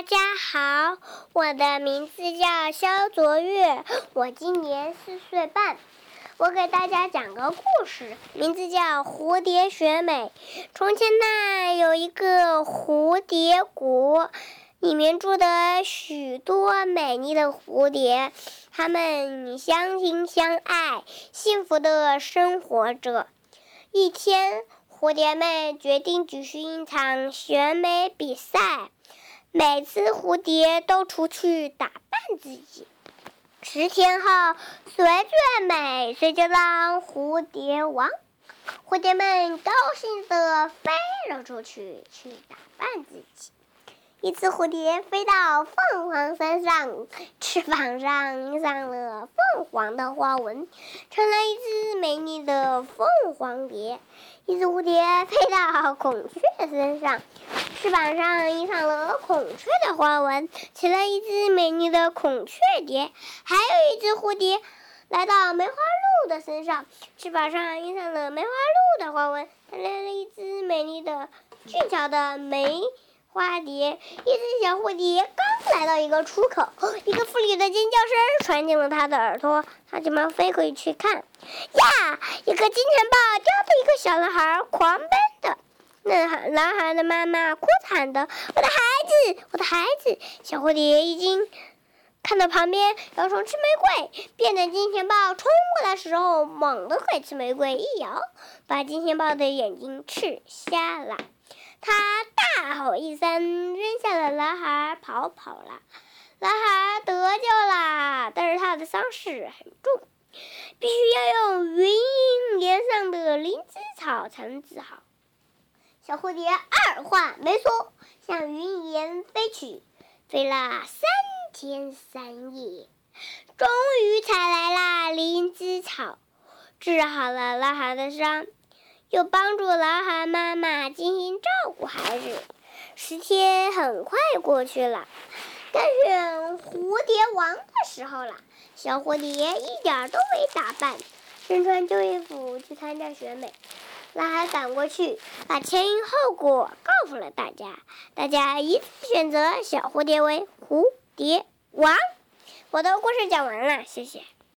家好，我的名字叫肖卓越，我今年4岁半。我给大家讲个故事，名字叫《蝴蝶学美》。从前有一个蝴蝶国，里面住的许多美丽的蝴蝶，它们相亲相爱，幸福地生活着。一天，蝴蝶们决定举行一场选美比赛，每次蝴蝶都出去打扮自己。10天后，谁最美，谁就当蝴蝶王。蝴蝶们高兴地飞了出去，打扮自己。一只蝴蝶飞到凤凰山上，翅膀上印上了凤凰的花纹，成了一只美丽的凤凰蝶。一只蝴蝶飞到孔雀身上，翅膀上印上了孔雀的花纹，成了一只美丽的孔雀蝶。还有一只蝴蝶来到梅花鹿的身上，翅膀上印上了梅花鹿的花纹，成了一只美丽的俊俏的梅花蝶。一只小蝴蝶刚来到一个出口，一个妇女的尖叫声传进了她的耳朵，她急忙飞回去看。呀！一个金钱豹叼着一个小男孩狂奔的，那男孩的妈妈哭喊的：“我的孩子，我的孩子！”小蝴蝶一惊，看到旁边有丛吃玫瑰，变成金钱豹冲过来的时候，猛地给吃玫瑰一咬，把金钱豹的眼睛吃瞎了。他大吼一声，扔下了男孩跑了。男孩得救了，但是他的伤势很重，必须要用云影连上的灵芝草才能治好。小蝴蝶二话没说，向云岩飞去，飞了3天3夜，终于采来了灵芝草，治好了男孩的伤，又帮助男孩妈妈精心照顾孩子。10天很快过去了，该选蝴蝶王的时候了。小蝴蝶一点都没打扮，身穿旧衣服去参加选美。男孩赶过去，把前因后果告诉了大家，大家一致选择小蝴蝶为蝴蝶王。我的故事讲完了，谢谢。